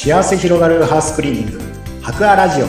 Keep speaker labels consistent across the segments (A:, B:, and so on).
A: 幸せ広がるハウスクリーニング博アラジオ。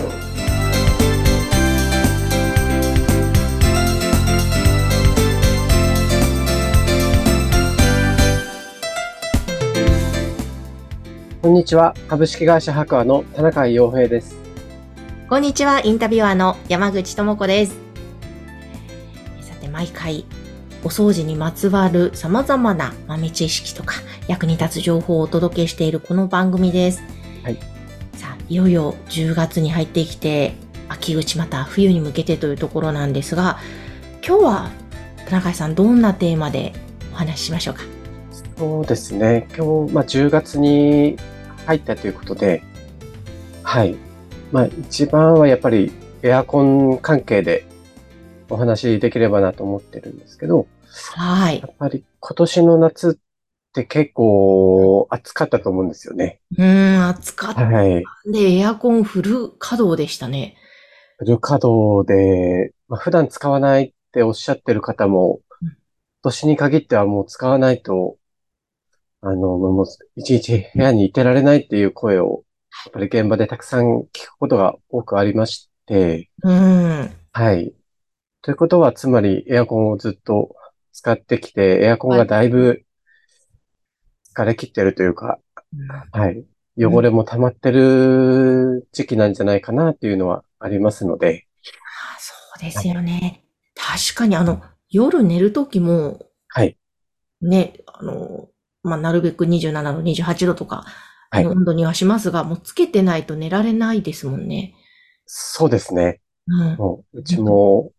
B: こんにちは。株式会社博アの田中洋平です。
C: こんにちは。インタビュアーの山口智子です。さて、毎回お掃除にまつわる様々な豆知識とか役に立つ情報をお届けしているこの番組です。
B: はい。
C: さあ、いよいよ10月に入ってきて、秋口また冬に向けてというところなんですが、今日は田中さんどんなテーマでお話ししましょうか。
B: そうですね。今日、10月に入ったということで、はい。一番はやっぱりエアコン関係でお話できればなと思ってるんですけど、
C: はい。
B: やっぱり今年の夏って結構暑かったと思うんですよね。
C: 暑かった
B: はい。
C: んで、エアコンフル稼働でしたね。
B: フル稼働で、普段使わないっておっしゃってる方も、
C: うん。
B: 今年に限ってはもう使わないともう一日部屋にいてられないっていう声を、やっぱり現場でたくさん聞くことが多くありまして、
C: うん。
B: はい。ということは、つまりエアコンをずっと使ってきて、エアコンが
C: はい。
B: だいぶ疲れ切ってるというか、はい。
C: うん。
B: 汚れも溜まってる時期なんじゃないかなっていうのはありますので、
C: そうです
B: はい。
C: よね。確かに夜寝るときも、
B: はい。
C: ね、なるべく27度、28度とか
B: はい。
C: の温度にはしますが、もうつけてないと寝られないですもんね。
B: そうですね。
C: うん。
B: もう、うち
C: 本当に。
B: も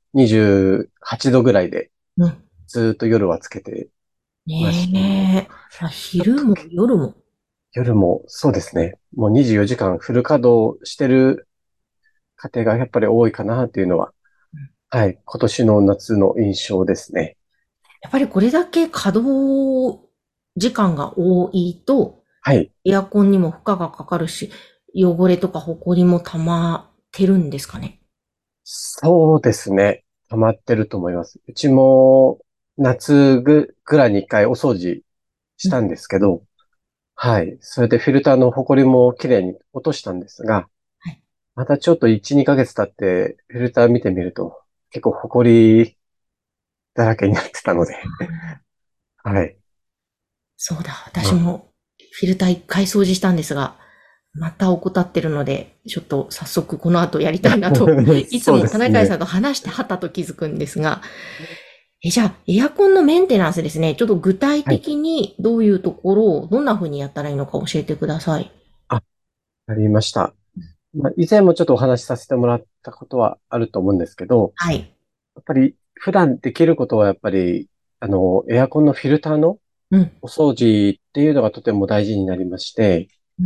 B: 28度ぐらいで、
C: うん。
B: ずーっと夜はつけてまして、
C: ねえ。
B: ちょっと
C: 昼も夜も。
B: 夜もそうですね。もう24時間フル稼働してる家庭がやっぱり多いかなっていうのは、
C: うん。
B: はい、今年の夏の印象ですね。
C: やっぱりこれだけ稼働時間が多いと、
B: はい、
C: エアコンにも負荷がかかるし、汚れとかホコリも溜まってるんですかね。
B: そうですね。溜まってると思います。うちも夏ぐらいに一回お掃除し
C: うん。
B: たんですけど、はい、それでフィルターの埃もきれいに落としたんですが、
C: はい。
B: またちょっと1、2ヶ月経ってフィルター見てみると結構埃だらけになってたので、はい。
C: そうだ、
B: まあ、
C: 私もフィルター一回掃除したんですが、また怠ってるので、ちょっと早速この後やりたいなと、いつ
B: そうで
C: も田
B: すね。
C: 中さんと話してはたと気づくんですが、じゃあ、エアコンのメンテナンスですね。ちょっと具体
B: はい。
C: 的にどういうところをどんな風にやったらいいのか教えてください。
B: あ、ありました。以前もちょっとお話しさせてもらったことはあると思うんですけど、
C: はい。
B: やっぱり普段できることはやっぱり、エアコンのフィルターの
C: うん。
B: お掃除っていうのがとても大事になりまして、
C: うん。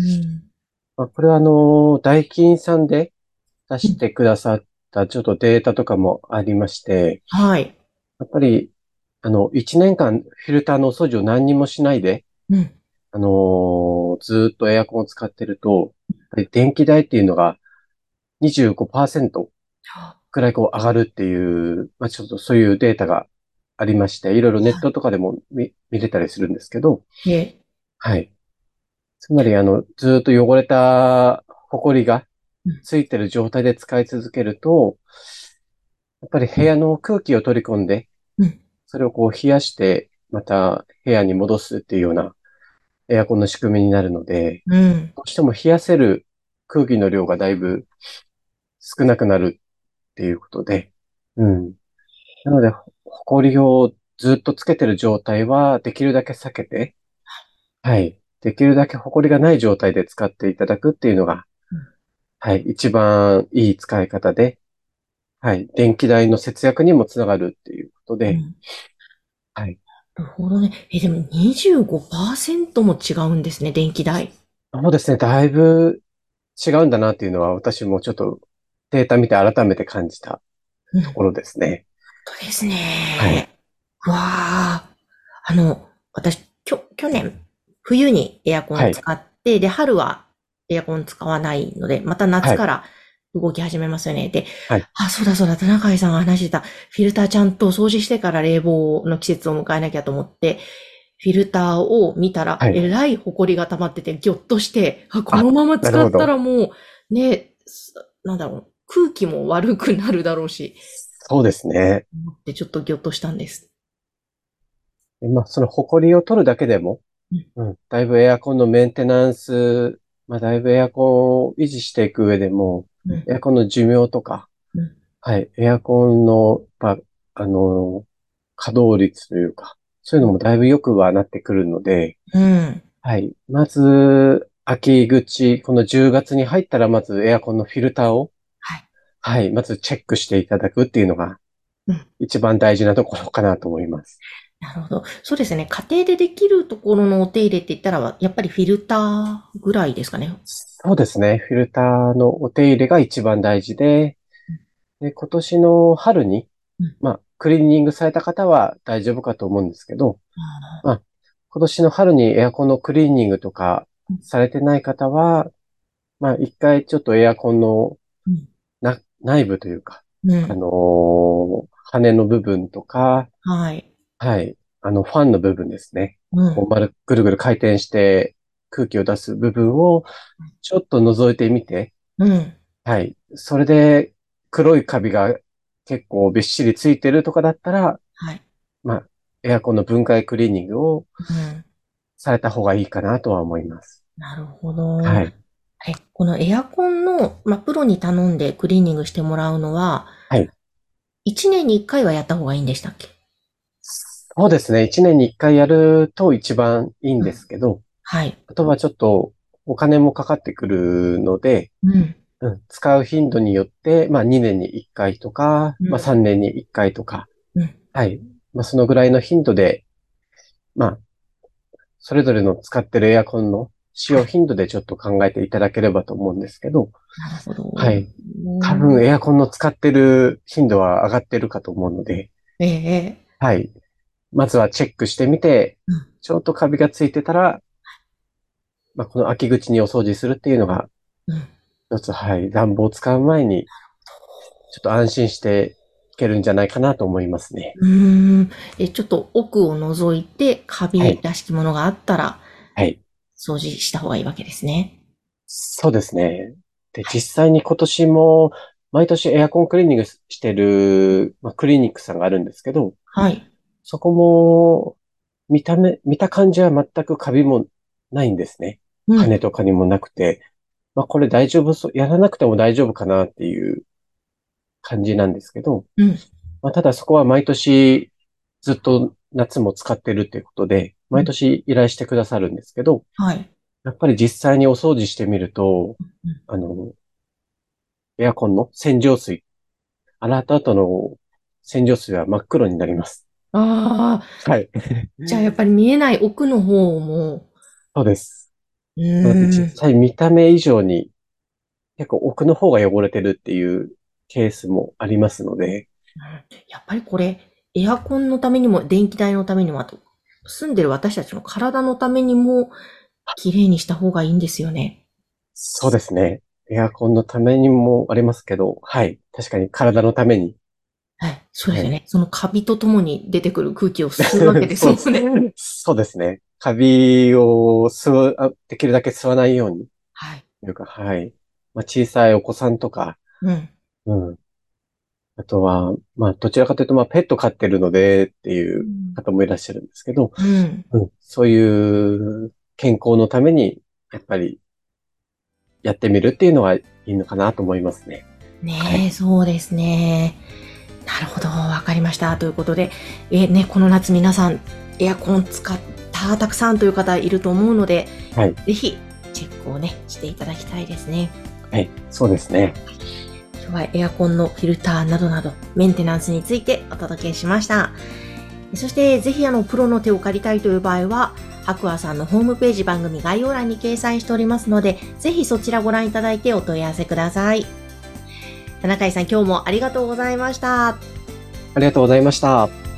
B: これはダイキンさんで出
C: うん。
B: してくださったちょっとデータとかもありまして、
C: はい。
B: やっぱり、1年間フィルターのお掃除を何にもしないで、
C: うん。
B: ずーっとエアコンを使ってると、やっぱり電気代っていうのが25%くらいこう上がるっていう、ちょっとそういうデータがありまして、いろいろネットとかでも見れたりするんですけど、
C: で、
B: はい。つまりずーっと汚れたホコリが
C: うん。
B: ついてる状態で使い続けると、やっぱり部屋の空気を取り込んで、
C: うん。
B: それをこう冷やして、また部屋に戻すっていうようなエアコンの仕組みになるので、
C: うん。
B: どうしても冷やせる空気の量がだいぶ少なくなるっていうことで、うん。なので、ホコリをずっとつけてる状態はできるだけ避けて、はい。できるだけホコリがない状態で使っていただくっていうのが、はい。一番いい使い方で、はい。電気代の節約にもつながるっていうことで、
C: うん。
B: はい。
C: なるほどね。でも25%も違うんですね、電気代。
B: そうですね。だいぶ違うんだなっていうのは私もちょっとデータ見て改めて感じた
C: うん。
B: ところですね。
C: そうです
B: はい。
C: ね。わあ。私、去年、冬にエアコン
B: はい。
C: 使って、で、春はエアコン使わないので、また
B: はい。
C: 夏から動き始めますよね。で、
B: はい。
C: そうだそうだ、田中さんが話してた、フィルターちゃんと掃除してから冷房の季節を迎えなきゃと思って、 フィルターを見たら、
B: はい
C: えらい埃が溜まってて、ぎょっとして、このまま使ったらもう、ね、なんだろう、空気も悪くなるだろうし、
B: そうですね。
C: 思ってちょっとぎょっとしたんです。
B: その埃を取るだけでも、だいぶエアコンのメンテナンス、だいぶエアコンを維持していく上でも、エアコンの寿命とか、はい、エアコンの、稼働率というか、そういうのもだいぶ良くはなってくるので、はい。まず、秋口、この10月に入ったら、まずエアコンのフィルターを、はい。まずチェックしていただくっていうのが、一番大事なところかなと思います。
C: なるほど。そうですね。家庭でできるところのお手入れって言ったら、やっぱりフィルターぐらいですかね。
B: そうですね。フィルターのお手入れが一番大事で、今年の春に、クリーニングされた方は大丈夫かと思うんですけど、今年の春にエアコンのクリーニングとかされてない方は、一回ちょっとエアコンの内部というか、羽の部分とか、はい。ファンの部分ですね。こうぐるぐる回転して空気を出す部分をちょっと覗いてみて、はい。それで黒いカビが結構びっしりついてるとかだったら、エアコンの分解クリーニングをされた方がいいかなとは思います。
C: なるほど。はい。このエアコンの、プロに頼んでクリーニングしてもらうのは、はい。1年に1回はやった方がいいんでしたっけ？
B: そうですね。1年に1回やると一番いいんですけど、はい。あとはちょっとお金もかかってくるので、使う頻度によって、2年に1回とか、3年に1回とか、はい。そのぐらいの頻度で、それぞれの使ってるエアコンの使用頻度でちょっと考えていただければと思うんですけど、
C: なるほど。
B: はい。多分エアコンの使ってる頻度は上がってるかと思うので、はい。まずはチェックしてみて、ちょっとカビがついてたら、この秋口にお掃除するっていうのが、一つ、はい。暖房を使う前に、ちょっと安心していけるんじゃないかなと思いますね。
C: ちょっと奥を覗いて、カビらしきものがあったら、はい。掃除した方がいいわけですね。
B: そうですね。で、実際に今年も、毎年エアコンクリーニングしてる、クリニックさんがあるんですけど、はい。そこも、見た感じは全くカビもないんですね。羽とかにもなくて、これ大丈夫やらなくても大丈夫かなっていう感じなんですけど、ただそこは毎年ずっと夏も使ってるっていうことで、毎年依頼してくださるんですけど、はい。やっぱり実際にお掃除してみると、エアコンの洗浄水、洗った後の洗浄水は真っ黒になります。
C: ああ。はい。じゃあやっぱり見えない奥の方も。
B: そうです。実際見た目以上に結構奥の方が汚れてるっていうケースもありますので。
C: やっぱりこれ、エアコンのためにも、電気代のためにも、あと、住んでる私たちの体のためにも、綺麗にした方がいいんですよね。
B: そうですね。エアコンのためにもありますけど、はい。確かに体のために。
C: はい。そうですよね。はい、そのカビとともに出てくる空気を吸うわけですもんね。
B: そうですね。カビをできるだけ吸わないように。はい。というか、はい。小さいお子さんとか、あとは、どちらかというと、ペット飼ってるのでっていう方もいらっしゃるんですけど、そういう健康のために、やっぱり、やってみるっていうのはいいのかなと思いますね。
C: ねえ、はい、そうですね。なるほど、わかりました。ということで、この夏皆さん、エアコン使ったたくさんという方いると思うので、はい、ぜひ、チェックをね、していただきたいですね。
B: はい、そうですね。
C: 今日はエアコンのフィルターなどなど、メンテナンスについてお届けしました。そして、ぜひプロの手を借りたいという場合は、白亜さんのホームページ番組概要欄に掲載しておりますので、ぜひそちらご覧いただいてお問い合わせください。田中井さん、今日もありがとうございました。
B: ありがとうございました。